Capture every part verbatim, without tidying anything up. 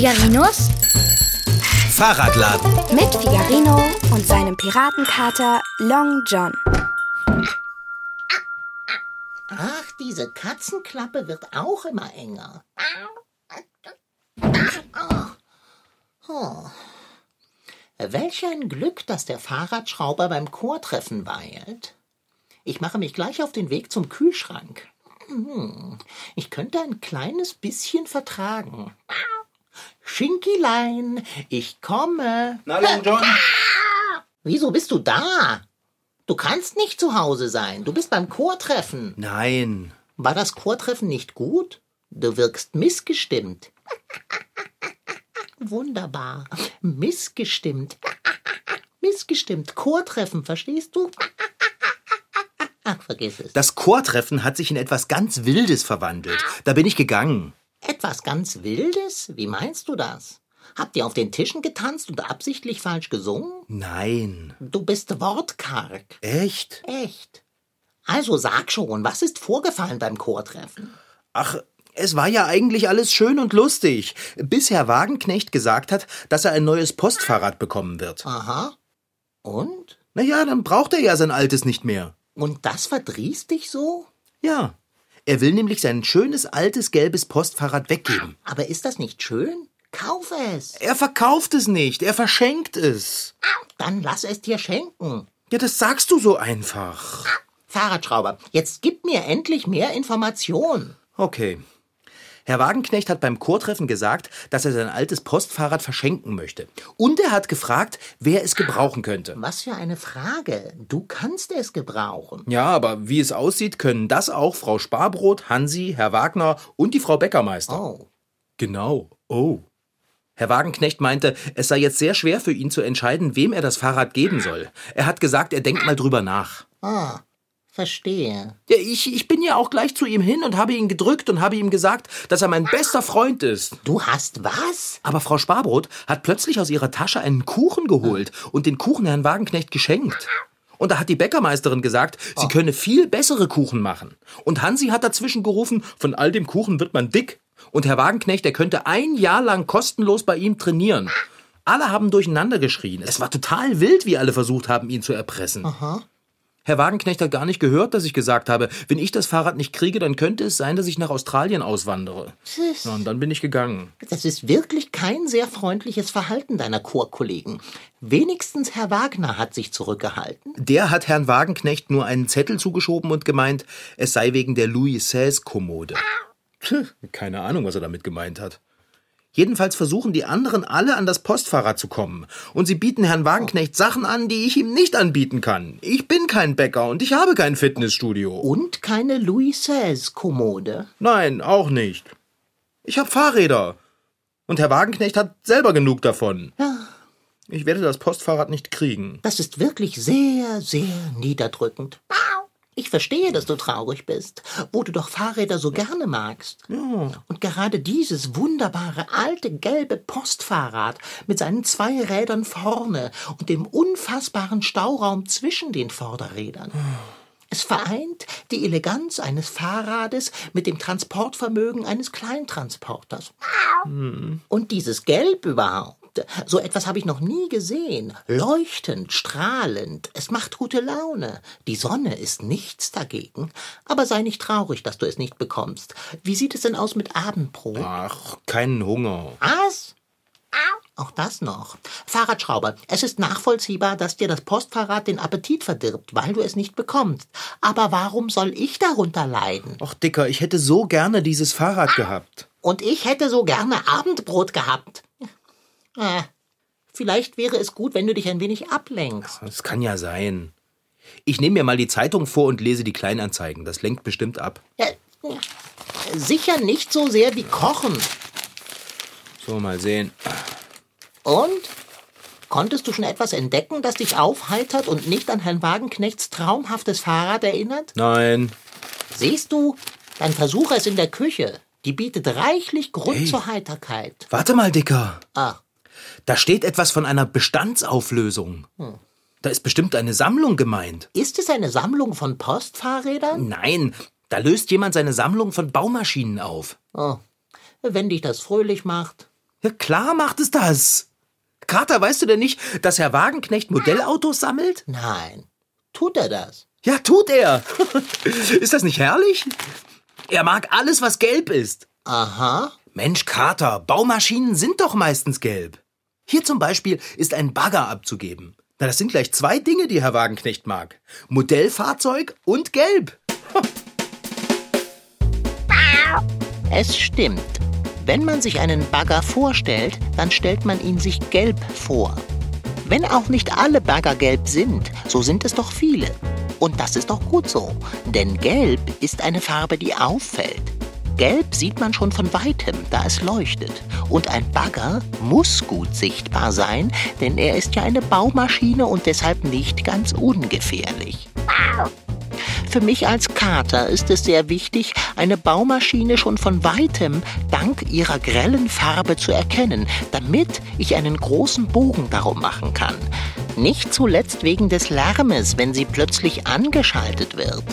Figarinos Fahrradladen mit Figarino und seinem Piratenkater Long John. Ach, diese Katzenklappe wird auch immer enger. Oh. Welch ein Glück, dass der Fahrradschrauber beim Chortreffen weilt. Ich mache mich gleich auf den Weg zum Kühlschrank. Hm. Ich könnte ein kleines bisschen vertragen. Schinkilein, ich komme. Na, Long John? Wieso bist du da? Du kannst nicht zu Hause sein. Du bist beim Chortreffen. Nein. War das Chortreffen nicht gut? Du wirkst missgestimmt. Wunderbar. Missgestimmt. Missgestimmt. Chortreffen, verstehst du? Ach, vergiss es. Das Chortreffen hat sich in etwas ganz Wildes verwandelt. Da bin ich gegangen. Etwas ganz Wildes? Wie meinst du das? Habt ihr auf den Tischen getanzt und absichtlich falsch gesungen? Nein. Du bist wortkarg. Echt? Echt. Also sag schon, was ist vorgefallen beim Chortreffen? Ach, es war ja eigentlich alles schön und lustig, bis Herr Wagenknecht gesagt hat, dass er ein neues Postfahrrad bekommen wird. Aha. Und? Na ja, dann braucht er ja sein altes nicht mehr. Und das verdrießt dich so? Ja. Er will nämlich sein schönes, altes, gelbes Postfahrrad weggeben. Aber ist das nicht schön? Kauf es. Er verkauft es nicht, er verschenkt es. Dann lass es dir schenken. Ja, das sagst du so einfach. Fahrradschrauber, jetzt gib mir endlich mehr Information. Okay. Herr Wagenknecht hat beim Chortreffen gesagt, dass er sein altes Postfahrrad verschenken möchte. Und er hat gefragt, wer es gebrauchen könnte. Was für eine Frage. Du kannst es gebrauchen. Ja, aber wie es aussieht, können das auch Frau Sparbrot, Hansi, Herr Wagner und die Frau Bäckermeister. Oh. Genau. Oh. Herr Wagenknecht meinte, es sei jetzt sehr schwer für ihn zu entscheiden, wem er das Fahrrad geben soll. Er hat gesagt, er denkt mal drüber nach. Ah, verstehe. Ja, ich, ich bin ja auch gleich zu ihm hin und habe ihn gedrückt und habe ihm gesagt, dass er mein bester Freund ist. Du hast was? Aber Frau Sparbrot hat plötzlich aus ihrer Tasche einen Kuchen geholt und den Kuchen Herrn Wagenknecht geschenkt. Und da hat die Bäckermeisterin gesagt, sie könne viel bessere Kuchen machen. Und Hansi hat dazwischen gerufen, von all dem Kuchen wird man dick. Und Herr Wagenknecht, der könnte ein Jahr lang kostenlos bei ihm trainieren. Alle haben durcheinander geschrien. Es war total wild, wie alle versucht haben, ihn zu erpressen. Aha. Herr Wagenknecht hat gar nicht gehört, dass ich gesagt habe, wenn ich das Fahrrad nicht kriege, dann könnte es sein, dass ich nach Australien auswandere. Ja, und dann bin ich gegangen. Das ist wirklich kein sehr freundliches Verhalten deiner Chorkollegen. Wenigstens Herr Wagner hat sich zurückgehalten. Der hat Herrn Wagenknecht nur einen Zettel zugeschoben und gemeint, es sei wegen der Louis seize-Kommode. Keine Ahnung, was er damit gemeint hat. Jedenfalls versuchen die anderen alle an das Postfahrrad zu kommen. Und sie bieten Herrn Wagenknecht Sachen an, die ich ihm nicht anbieten kann. Ich bin kein Bäcker und ich habe kein Fitnessstudio. Und keine Louis seize-Kommode. Nein, auch nicht. Ich habe Fahrräder. Und Herr Wagenknecht hat selber genug davon. Ja. Ich werde das Postfahrrad nicht kriegen. Das ist wirklich sehr, sehr niederdrückend. Ich verstehe, dass du traurig bist, wo du doch Fahrräder so gerne magst. Ja. Und gerade dieses wunderbare, alte, gelbe Postfahrrad mit seinen zwei Rädern vorne und dem unfassbaren Stauraum zwischen den Vorderrädern. Es vereint die Eleganz eines Fahrrades mit dem Transportvermögen eines Kleintransporters. Hm. Und dieses Gelb überhaupt. So etwas habe ich noch nie gesehen. Leuchtend, strahlend. Es macht gute Laune. Die Sonne ist nichts dagegen. Aber sei nicht traurig, dass du es nicht bekommst. Wie sieht es denn aus mit Abendbrot? Ach, keinen Hunger. Was? Auch das noch. Fahrradschrauber, es ist nachvollziehbar, dass dir das Postfahrrad den Appetit verdirbt, weil du es nicht bekommst. Aber warum soll ich darunter leiden? Ach, Dicker, ich hätte so gerne dieses Fahrrad gehabt. Und ich hätte so gerne Abendbrot gehabt. Äh, vielleicht wäre es gut, wenn du dich ein wenig ablenkst. Das kann ja sein. Ich nehme mir mal die Zeitung vor und lese die Kleinanzeigen. Das lenkt bestimmt ab. Äh, sicher nicht so sehr wie Kochen. So, mal sehen. Und? Konntest du schon etwas entdecken, das dich aufheitert und nicht an Herrn Wagenknechts traumhaftes Fahrrad erinnert? Nein. Siehst du? Dann versuche es in der Küche. Die bietet reichlich Grund Hey. zur Heiterkeit. Warte mal, Dicker. Ah, Da steht etwas von einer Bestandsauflösung. Hm. Da ist bestimmt eine Sammlung gemeint. ist es eine Sammlung von Postfahrrädern? Nein, da löst jemand seine Sammlung von Baumaschinen auf. Oh, wenn dich das fröhlich macht. Ja, klar macht es das. Kater, weißt du denn nicht, dass Herr Wagenknecht Modellautos sammelt? Nein. Tut er das? Ja, tut er. Ist das nicht herrlich? Er mag alles, was gelb ist. Aha. Mensch, Kater, Baumaschinen sind doch meistens gelb. Hier zum Beispiel ist ein Bagger abzugeben. Na, das sind gleich zwei Dinge, die Herr Wagenknecht mag. Modellfahrzeug und gelb. Es stimmt. Wenn man sich einen Bagger vorstellt, dann stellt man ihn sich gelb vor. Wenn auch nicht alle Bagger gelb sind, so sind es doch viele. Und das ist doch gut so, denn gelb ist eine Farbe, die auffällt. Gelb sieht man schon von weitem, da es leuchtet. Und ein Bagger muss gut sichtbar sein, denn er ist ja eine Baumaschine und deshalb nicht ganz ungefährlich. Für mich als Kater ist es sehr wichtig, eine Baumaschine schon von weitem dank ihrer grellen Farbe zu erkennen, damit ich einen großen Bogen darum machen kann. Nicht zuletzt wegen des Lärmes, wenn sie plötzlich angeschaltet wird.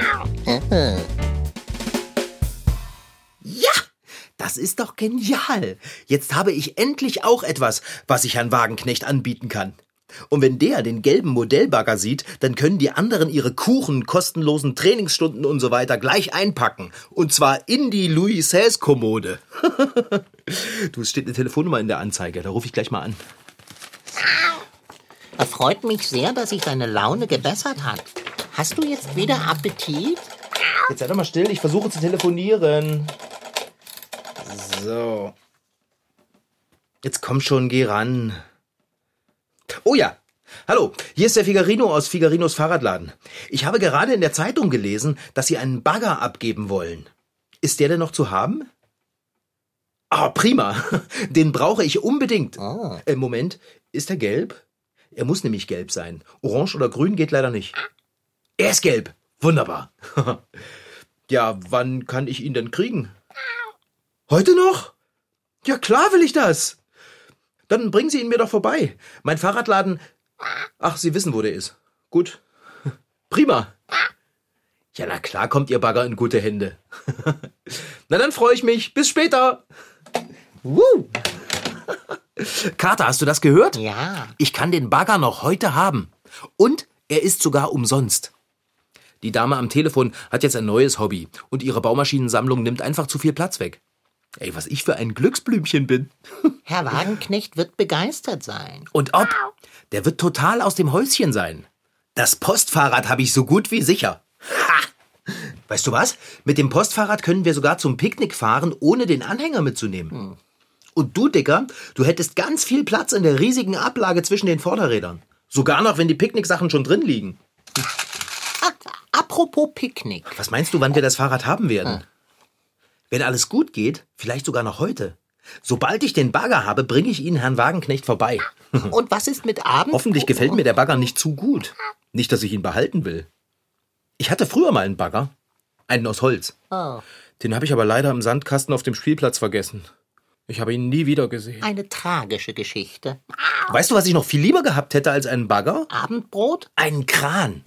Ja, das ist doch genial. Jetzt habe ich endlich auch etwas, was ich Herrn Wagenknecht anbieten kann. Und wenn der den gelben Modellbagger sieht, dann können die anderen ihre Kuchen, kostenlosen Trainingsstunden und so weiter gleich einpacken. Und zwar in die Louis Seize-Kommode. Du, es steht eine Telefonnummer in der Anzeige, da rufe ich gleich mal an. Es freut mich sehr, dass sich deine Laune gebessert hat. Hast du jetzt wieder Appetit? Jetzt sei doch mal still, ich versuche zu telefonieren. So. Jetzt komm schon, geh ran. Oh ja, hallo, hier ist der Figarino aus Figarinos Fahrradladen. Ich habe gerade in der Zeitung gelesen, dass Sie einen Bagger abgeben wollen. Ist der denn noch zu haben? Ah, prima. Den brauche ich unbedingt. Oh. Äh, Moment, ist er gelb? Er muss nämlich gelb sein. Orange oder grün geht leider nicht. Er ist gelb. Wunderbar. Ja, wann kann ich ihn denn kriegen? Heute noch? Ja, klar will ich das. Dann bringen Sie ihn mir doch vorbei. Mein Fahrradladen... Ach, Sie wissen, wo der ist. Gut. Prima. Ja, na klar kommt Ihr Bagger in gute Hände. Na, dann freue ich mich. Bis später. Woo. Kater, hast du das gehört? Ja. Ich kann den Bagger noch heute haben. Und er ist sogar umsonst. Die Dame am Telefon hat jetzt ein neues Hobby. Und ihre Baumaschinensammlung nimmt einfach zu viel Platz weg. Ey, was ich für ein Glücksblümchen bin. Herr Wagenknecht wird begeistert sein. Und ob? Der wird total aus dem Häuschen sein. Das Postfahrrad habe ich so gut wie sicher. Ha! Weißt du was? Mit dem Postfahrrad können wir sogar zum Picknick fahren, ohne den Anhänger mitzunehmen. Hm. Und du, Dicker, du hättest ganz viel Platz in der riesigen Ablage zwischen den Vorderrädern. Sogar noch, wenn die Picknicksachen schon drin liegen. Apropos Picknick. Was meinst du, wann wir das Fahrrad haben werden? Hm. Wenn alles gut geht, vielleicht sogar noch heute. Sobald ich den Bagger habe, bringe ich ihn Herrn Wagenknecht vorbei. Und was ist mit Abend? Hoffentlich gefällt mir der Bagger nicht zu gut. Nicht, dass ich ihn behalten will. Ich hatte früher mal einen Bagger. Einen aus Holz. Oh. Den habe ich aber leider im Sandkasten auf dem Spielplatz vergessen. Ich habe ihn nie wieder gesehen. Eine tragische Geschichte. Weißt du, was ich noch viel lieber gehabt hätte als einen Bagger? Abendbrot? Einen Kran.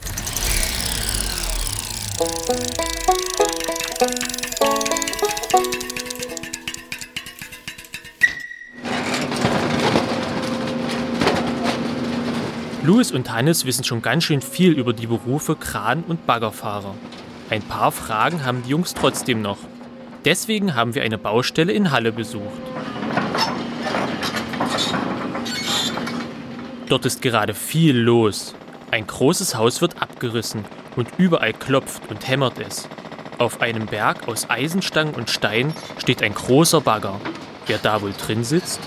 Louis und Hannes wissen schon ganz schön viel über die Berufe Kran- und Baggerfahrer. Ein paar Fragen haben die Jungs trotzdem noch. Deswegen haben wir eine Baustelle in Halle besucht. Dort ist gerade viel los. Ein großes Haus wird abgerissen und überall klopft und hämmert es. Auf einem Berg aus Eisenstangen und Stein steht ein großer Bagger. Wer da wohl drin sitzt?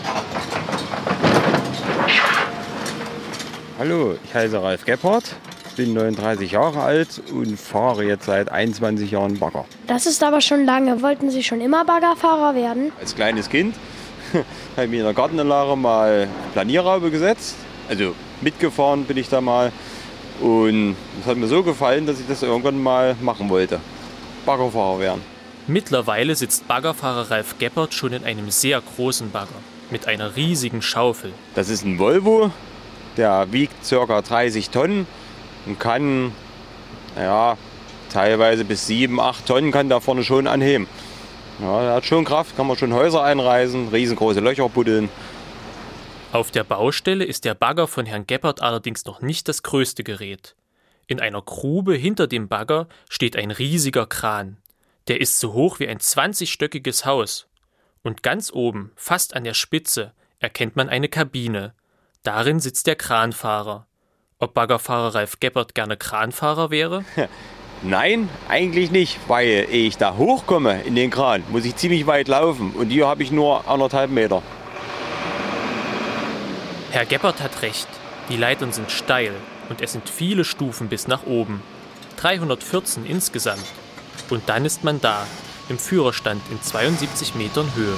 Hallo, ich heiße Ralf Gebhardt, bin neununddreißig Jahre alt und fahre jetzt seit einundzwanzig Jahren Bagger. Das ist aber schon lange. Wollten Sie schon immer Baggerfahrer werden? Als kleines Kind habe ich mir in der Gartenanlage mal Planierraube gesetzt. Also mitgefahren bin ich da mal. Und es hat mir so gefallen, dass ich das irgendwann mal machen wollte. Baggerfahrer werden. Mittlerweile sitzt Baggerfahrer Ralf Gebhardt schon in einem sehr großen Bagger mit einer riesigen Schaufel. Das ist ein Volvo, der wiegt ca. dreißig Tonnen und kann, ja, teilweise bis sieben, acht Tonnen kann da vorne schon anheben. Ja, der hat schon Kraft, kann man schon Häuser einreißen, riesengroße Löcher buddeln. Auf der Baustelle ist der Bagger von Herrn Geppert allerdings noch nicht das größte Gerät. In einer Grube hinter dem Bagger steht ein riesiger Kran. Der ist so hoch wie ein zwanzigstöckiges Haus. Und ganz oben, fast an der Spitze, erkennt man eine Kabine. Darin sitzt der Kranfahrer. Ob Baggerfahrer Ralf Geppert gerne Kranfahrer wäre? Nein, eigentlich nicht, weil ehe ich da hochkomme in den Kran, muss ich ziemlich weit laufen und hier habe ich nur anderthalb Meter. Herr Geppert hat recht, die Leitern sind steil und es sind viele Stufen bis nach oben. dreihundertvierzehn insgesamt. Und dann ist man da, im Führerstand in zweiundsiebzig Metern Höhe.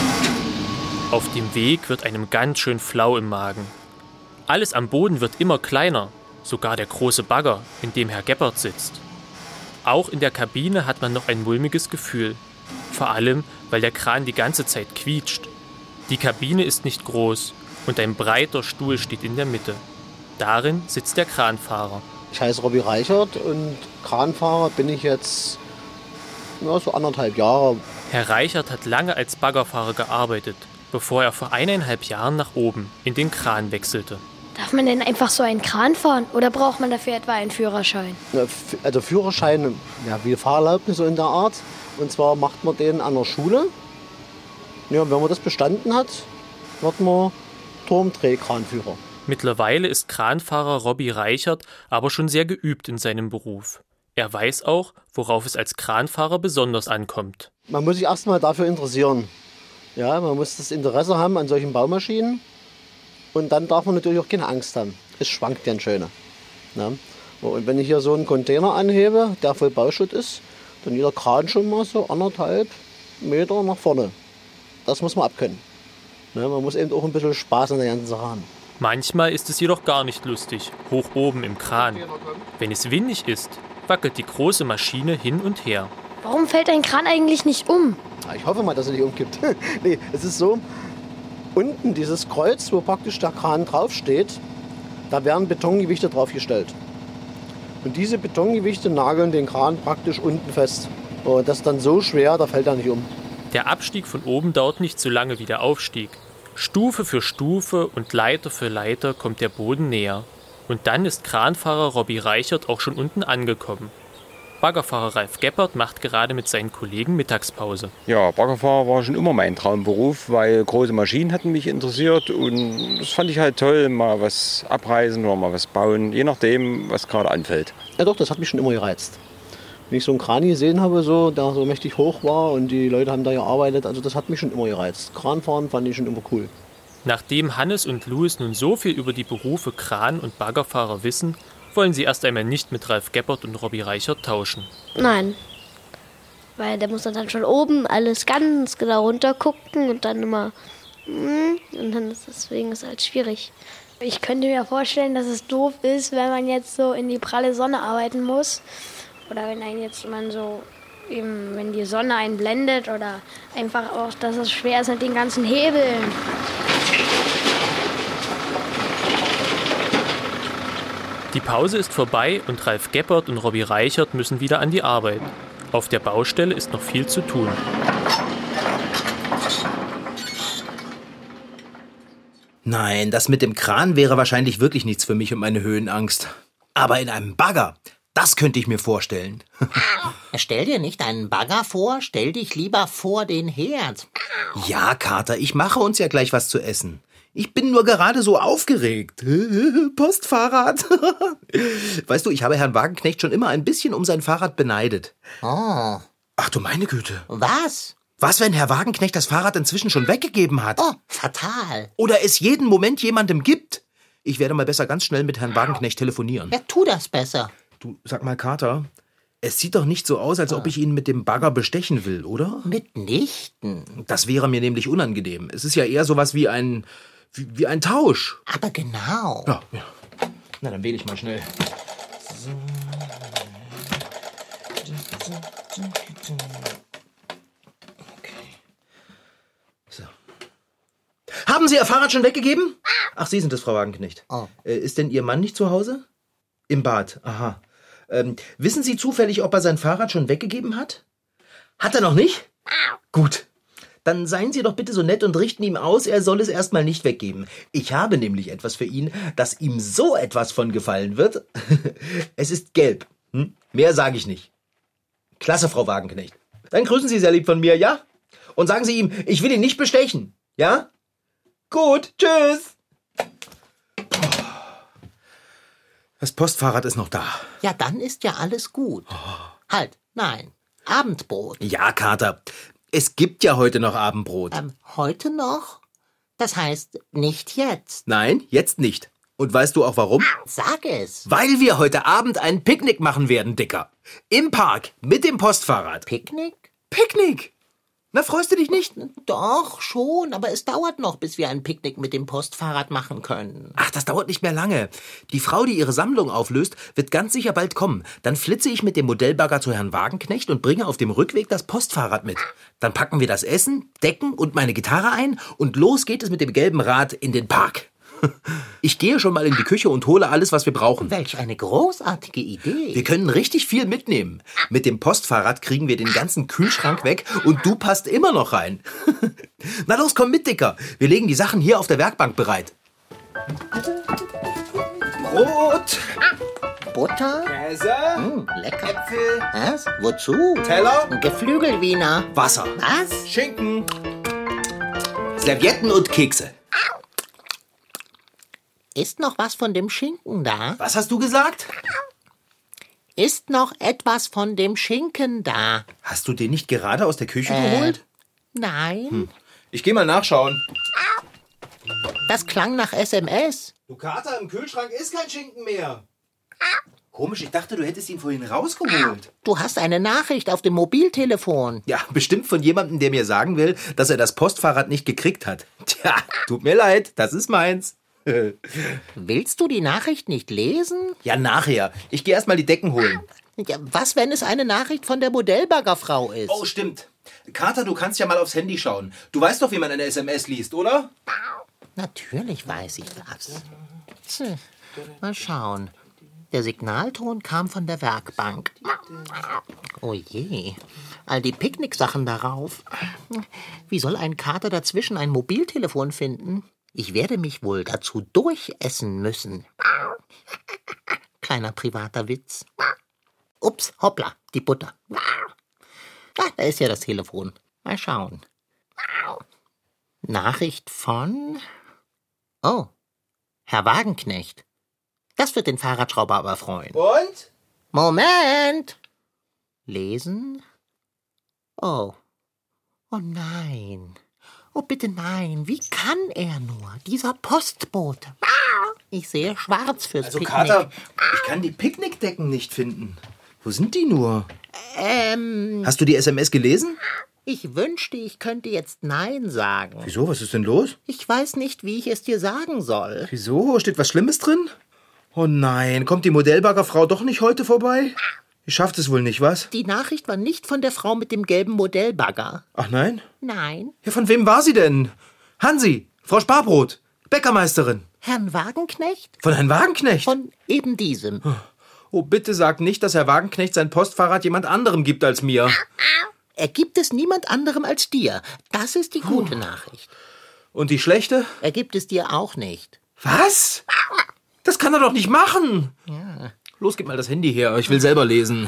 Auf dem Weg wird einem ganz schön flau im Magen. Alles am Boden wird immer kleiner, sogar der große Bagger, in dem Herr Geppert sitzt. Auch in der Kabine hat man noch ein mulmiges Gefühl. Vor allem, weil der Kran die ganze Zeit quietscht. Die Kabine ist nicht groß und ein breiter Stuhl steht in der Mitte. Darin sitzt der Kranfahrer. Ich heiße Robby Reichert und Kranfahrer bin ich jetzt ja, so anderthalb Jahre. Herr Reichert hat lange als Baggerfahrer gearbeitet, bevor er vor eineinhalb Jahren nach oben in den Kran wechselte. Darf man denn einfach so einen Kran fahren oder braucht man dafür etwa einen Führerschein? Also Führerschein, ja, wie Fahrerlaubnis so in der Art. Und zwar macht man den an der Schule. Ja, wenn man das bestanden hat, wird man Turmdrehkranführer. Mittlerweile ist Kranfahrer Robby Reichert aber schon sehr geübt in seinem Beruf. Er weiß auch, worauf es als Kranfahrer besonders ankommt. Man muss sich erstmal dafür interessieren. Ja, man muss das Interesse haben an solchen Baumaschinen. Und dann darf man natürlich auch keine Angst haben. Es schwankt ja ein schöner. Ja. Und wenn ich hier so einen Container anhebe, der voll Bauschutt ist, dann jeder Kran schon mal so anderthalb Meter nach vorne. Das muss man abkönnen. Ja, man muss eben auch ein bisschen Spaß an der ganzen Sache haben. Manchmal ist es jedoch gar nicht lustig, hoch oben im Kran. Wenn es windig ist, wackelt die große Maschine hin und her. Warum fällt ein Kran eigentlich nicht um? Ich hoffe mal, dass er nicht umkippt. Nee, es ist so, unten dieses Kreuz, wo praktisch der Kran draufsteht, da werden Betongewichte draufgestellt. Und diese Betongewichte nageln den Kran praktisch unten fest. Und das ist dann so schwer, da fällt er nicht um. Der Abstieg von oben dauert nicht so lange wie der Aufstieg. Stufe für Stufe und Leiter für Leiter kommt der Boden näher. Und dann ist Kranfahrer Robby Reichert auch schon unten angekommen. Baggerfahrer Ralf Geppert macht gerade mit seinen Kollegen Mittagspause. Ja, Baggerfahrer war schon immer mein Traumberuf, weil große Maschinen hatten mich interessiert und das fand ich halt toll, mal was abreißen oder mal was bauen, je nachdem, was gerade anfällt. Ja doch, das hat mich schon immer gereizt. Wenn ich so einen Kran gesehen habe, so, der so mächtig hoch war und die Leute haben da gearbeitet, also das hat mich schon immer gereizt. Kranfahren fand ich schon immer cool. Nachdem Hannes und Louis nun so viel über die Berufe Kran- und Baggerfahrer wissen, wollen sie erst einmal nicht mit Ralf Geppert und Robby Reichert tauschen. Nein. Weil der muss dann schon oben alles ganz genau runtergucken und dann immer und dann ist deswegen ist es halt schwierig. Ich könnte mir vorstellen, dass es doof ist, wenn man jetzt so in die pralle Sonne arbeiten muss. Oder wenn einen jetzt man so eben, wenn die Sonne einen blendet oder einfach auch, dass es schwer ist mit den ganzen Hebeln. Die Pause ist vorbei und Ralf Geppert und Robby Reichert müssen wieder an die Arbeit. Auf der Baustelle ist noch viel zu tun. Nein, das mit dem Kran wäre wahrscheinlich wirklich nichts für mich und meine Höhenangst. Aber in einem Bagger, das könnte ich mir vorstellen. Stell dir nicht einen Bagger vor, stell dich lieber vor den Herd. Ja, Kater, ich mache uns ja gleich was zu essen. Ich bin nur gerade so aufgeregt. Postfahrrad. Weißt du, ich habe Herrn Wagenknecht schon immer ein bisschen um sein Fahrrad beneidet. Oh. Ach du meine Güte. Was? Was, wenn Herr Wagenknecht das Fahrrad inzwischen schon weggegeben hat? Oh, fatal. Oder es jeden Moment jemandem gibt? Ich werde mal besser ganz schnell mit Herrn Wagenknecht telefonieren. Ja, tu das besser. Du, sag mal, Kater, es sieht doch nicht so aus, als ob ich ihn mit dem Bagger bestechen will, oder? Mitnichten. Das wäre mir nämlich unangenehm. Es ist ja eher sowas wie ein, wie, wie ein Tausch. Aber genau. Ja, ja. Na, dann wähle ich mal schnell. So. Okay. So. Haben Sie Ihr Fahrrad schon weggegeben? Ach, Sie sind es, Frau Wagenknecht. Oh. Äh, ist denn Ihr Mann nicht zu Hause? Im Bad, aha. Ähm, wissen Sie zufällig, ob er sein Fahrrad schon weggegeben hat? Hat er noch nicht? Gut. Dann seien Sie doch bitte so nett und richten ihm aus, er soll es erstmal nicht weggeben. Ich habe nämlich etwas für ihn, das ihm so etwas von gefallen wird. Es ist gelb. Hm? Mehr sage ich nicht. Klasse, Frau Wagenknecht. Dann grüßen Sie sehr lieb von mir, ja? Und sagen Sie ihm, ich will ihn nicht bestechen. Ja? Gut, tschüss. Das Postfahrrad ist noch da. Ja, dann ist ja alles gut. Halt, nein, Abendbrot. Ja, Kater. Es gibt ja heute noch Abendbrot. Ähm, heute noch? Das heißt, nicht jetzt. Nein, jetzt nicht. Und weißt du auch warum? Sag es. Weil wir heute Abend ein Picknick machen werden, Dicker. Im Park, mit dem Postfahrrad. Picknick? Picknick! Na, freust du dich nicht? Doch, schon, aber es dauert noch, bis wir ein Picknick mit dem Postfahrrad machen können. Ach, das dauert nicht mehr lange. Die Frau, die ihre Sammlung auflöst, wird ganz sicher bald kommen. Dann flitze ich mit dem Modellbagger zu Herrn Wagenknecht und bringe auf dem Rückweg das Postfahrrad mit. Dann packen wir das Essen, Decken und meine Gitarre ein und los geht es mit dem gelben Rad in den Park. Ich gehe schon mal in die Küche und hole alles, was wir brauchen. Welch eine großartige Idee. Wir können richtig viel mitnehmen. Mit dem Postfahrrad kriegen wir den ganzen Kühlschrank weg und du passt immer noch rein. Na los, komm mit, Dicker. Wir legen die Sachen hier auf der Werkbank bereit. Brot, Butter? Käse, Hm, lecker. Äpfel, Was? Wozu? Teller, Geflügelwiener. Wasser, Was? Schinken, Servietten und Kekse. Ist noch was von dem Schinken da? Was hast du gesagt? Ist noch etwas von dem Schinken da? Hast du den nicht gerade aus der Küche Äh. geholt? Nein, Ich gehe mal nachschauen. das klang nach S M S. Du Kater, im Kühlschrank ist kein Schinken mehr. Komisch, ich dachte, du hättest ihn vorhin rausgeholt. Du hast eine Nachricht auf dem Mobiltelefon. Ja, bestimmt von jemandem, der mir sagen will, dass er das Postfahrrad nicht gekriegt hat. Tja, tut mir leid, das ist meins. Willst du die Nachricht nicht lesen? Ja, nachher. Ich gehe erst mal die Decken holen. Ja, was, wenn es eine Nachricht von der Modellbaggerfrau ist? Oh, stimmt. Kater, du kannst ja mal aufs Handy schauen. Du weißt doch, wie man eine S M S liest, oder? Natürlich weiß ich das. Tch, mal schauen. Der Signalton kam von der Werkbank. Oh je, all die Picknicksachen darauf. Wie soll ein Kater dazwischen ein Mobiltelefon finden? Ich werde mich wohl dazu durchessen müssen. Kleiner privater Witz. Ups, hoppla, die Butter. Ah, da ist ja das Telefon. Mal schauen. Nachricht von... Oh, Herr Wagenknecht. Das wird den Fahrradschrauber aber freuen. Und? Moment! Lesen? Oh. Oh nein. Oh bitte nein. Wie kann er nur? Dieser Postbote. Ich sehe schwarz fürs Also, Picknick. Kater, ich kann die Picknickdecken nicht finden. Wo sind die nur? Ähm, Hast du die S M S gelesen? ich wünschte, ich könnte jetzt Nein sagen. Wieso? Was ist denn los? Ich weiß nicht, wie ich es dir sagen soll. Wieso? Steht was Schlimmes drin? Oh nein, kommt die Modellbaggerfrau doch nicht heute vorbei? Ich schafft es wohl nicht, was? Die Nachricht war nicht von der Frau mit dem gelben Modellbagger. Ach nein? Nein. Ja, von wem war sie denn? Hansi, Frau Sparbrot, Bäckermeisterin. Herrn Wagenknecht? Von Herrn Wagenknecht? Von eben diesem. Oh, bitte sag nicht, dass Herr Wagenknecht sein Postfahrrad jemand anderem gibt als mir. Er gibt es niemand anderem als dir. Das ist die gute Nachricht. Und die schlechte? Er gibt es dir auch nicht. Was? Das kann er doch nicht machen. Ja. Los, gib mal das Handy her. Ich will selber lesen.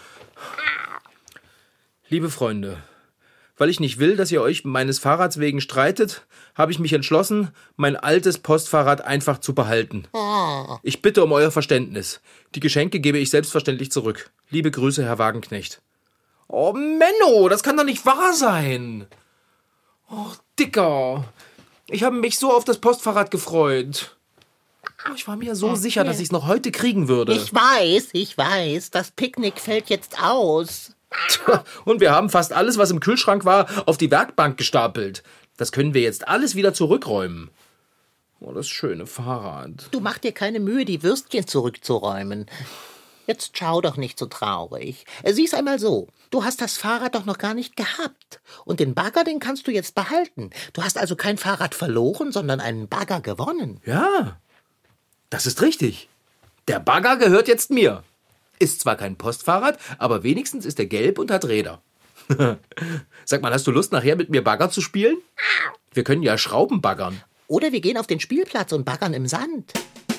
Liebe Freunde, weil ich nicht will, dass ihr euch meines Fahrrads wegen streitet, habe ich mich entschlossen, mein altes Postfahrrad einfach zu behalten. Ich bitte um euer Verständnis. Die Geschenke gebe ich selbstverständlich zurück. Liebe Grüße, Herr Wagenknecht. Oh, Menno, das kann doch nicht wahr sein. Oh, Dicker. Ich habe mich so auf das Postfahrrad gefreut. Ich war mir so sicher, dass ich es noch heute kriegen würde. Ich weiß, ich weiß. Das Picknick fällt jetzt aus. Und wir haben fast alles, was im Kühlschrank war, auf die Werkbank gestapelt. Das können wir jetzt alles wieder zurückräumen. Oh, das schöne Fahrrad. Du mach dir keine Mühe, die Würstchen zurückzuräumen. Jetzt schau doch nicht so traurig. Sieh's einmal so. Du hast das Fahrrad doch noch gar nicht gehabt. Und den Bagger, den kannst du jetzt behalten. Du hast also kein Fahrrad verloren, sondern einen Bagger gewonnen. Ja, das ist richtig. Der Bagger gehört jetzt mir. Ist zwar kein Postfahrrad, aber wenigstens ist er gelb und hat Räder. Sag mal, hast du Lust, nachher mit mir Bagger zu spielen? Wir können ja Schrauben baggern. Oder wir gehen auf den Spielplatz und baggern im Sand.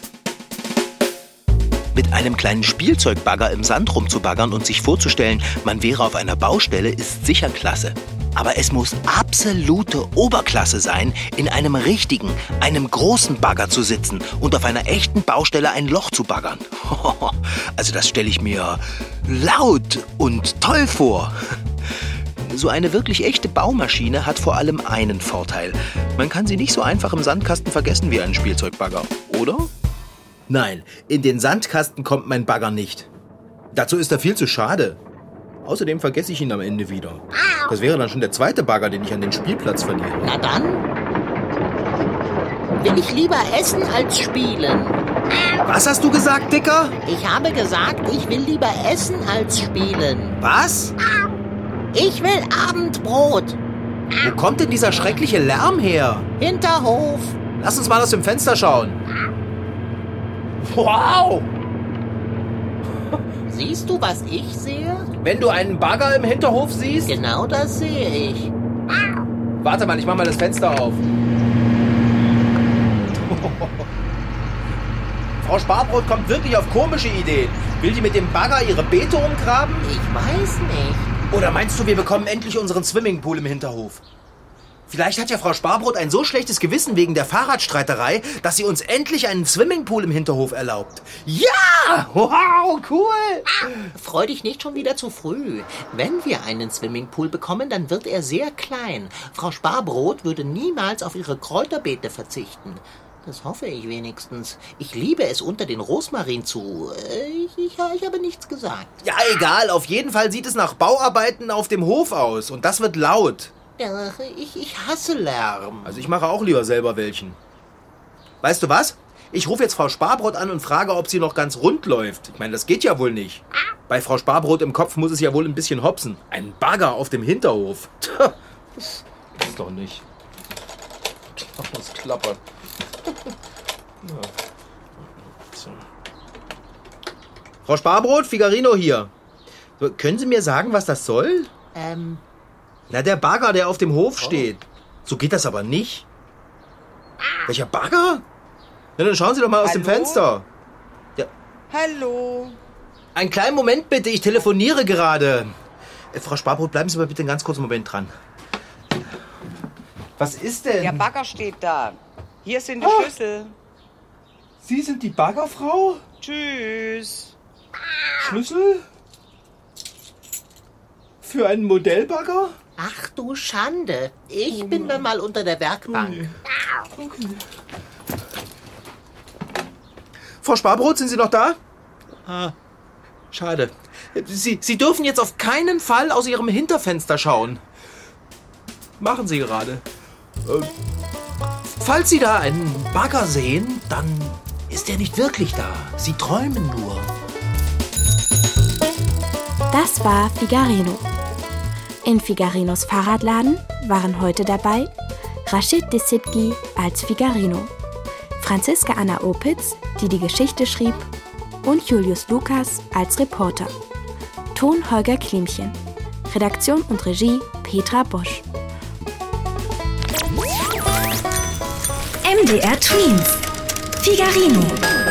Mit einem kleinen Spielzeugbagger im Sand rumzubaggern und sich vorzustellen, man wäre auf einer Baustelle, ist sicher klasse. Aber es muss absolute Oberklasse sein, in einem richtigen, einem großen Bagger zu sitzen und auf einer echten Baustelle ein Loch zu baggern. Also das stelle ich mir laut und toll vor. So eine wirklich echte Baumaschine hat vor allem einen Vorteil. Man kann sie nicht so einfach im Sandkasten vergessen wie einen Spielzeugbagger, oder? Nein, in den Sandkasten kommt mein Bagger nicht. Dazu ist er viel zu schade. Außerdem vergesse ich ihn am Ende wieder. Das wäre dann schon der zweite Bagger, den ich an den Spielplatz verliere. Na dann will ich lieber essen als spielen. Was hast du gesagt, Dicker? Ich habe gesagt, ich will lieber essen als spielen. Was? Ich will Abendbrot. Wo kommt denn dieser schreckliche Lärm her? Hinterhof. Lass uns mal aus dem Fenster schauen. Wow! Siehst du, was ich sehe? Wenn du einen Bagger im Hinterhof siehst? Genau das sehe ich. Warte mal, ich mach mal das Fenster auf. Frau Sparbrot kommt wirklich auf komische Ideen. Will die mit dem Bagger ihre Beete umgraben? Ich weiß nicht. Oder meinst du, wir bekommen endlich unseren Swimmingpool im Hinterhof? Vielleicht hat ja Frau Sparbrot ein so schlechtes Gewissen wegen der Fahrradstreiterei, dass sie uns endlich einen Swimmingpool im Hinterhof erlaubt. Ja! Wow, cool! Freu dich nicht schon wieder zu früh. Wenn wir einen Swimmingpool bekommen, dann wird er sehr klein. Frau Sparbrot würde niemals auf ihre Kräuterbeete verzichten. Das hoffe ich wenigstens. Ich liebe es, unter den Rosmarin zu... Ich, ich, ich habe nichts gesagt. Ja, egal. Auf jeden Fall sieht es nach Bauarbeiten auf dem Hof aus. Und das wird laut. Ja, ich, ich hasse Lärm. Also ich mache auch lieber selber welchen. Weißt du was? Ich rufe jetzt Frau Sparbrot an und frage, ob sie noch ganz rund läuft. Ich meine, das geht ja wohl nicht. Bei Frau Sparbrot im Kopf muss es ja wohl ein bisschen hopsen. Ein Bagger auf dem Hinterhof. Tja, das ist doch nicht. Das klappert. Ja. So. Frau Sparbrot, Figarino hier. So, können Sie mir sagen, was das soll? Ähm... Na, der Bagger, der auf dem Hof steht. So geht das aber nicht. Welcher Bagger? Na, dann schauen Sie doch mal aus Hallo? dem Fenster. Ja. Hallo. Einen kleinen Moment bitte, ich telefoniere gerade. Äh, Frau Sparbrot, bleiben Sie mal bitte einen ganz kurzen Moment dran. Was ist denn? Der Bagger steht da. Hier sind die Ah. Schlüssel. Sie sind die Baggerfrau? Tschüss. Schlüssel? Für einen Modellbagger? Ach du Schande. Ich bin dann mal unter der Werkbank. Okay. Frau Sparbrot, sind Sie noch da? Ah, schade. Sie, Sie dürfen jetzt auf keinen Fall aus Ihrem Hinterfenster schauen. Machen Sie gerade. Äh, falls Sie da einen Bagger sehen, dann ist er nicht wirklich da. Sie träumen nur. Das war Figarino. In Figarinos Fahrradladen waren heute dabei Rashid Desitgi als Figarino, Franziska Anna Opitz, die die Geschichte schrieb, und Julius Lukas als Reporter. Ton Holger Klimchen. Redaktion und Regie Petra Bosch. M D R Tweens. Figarino.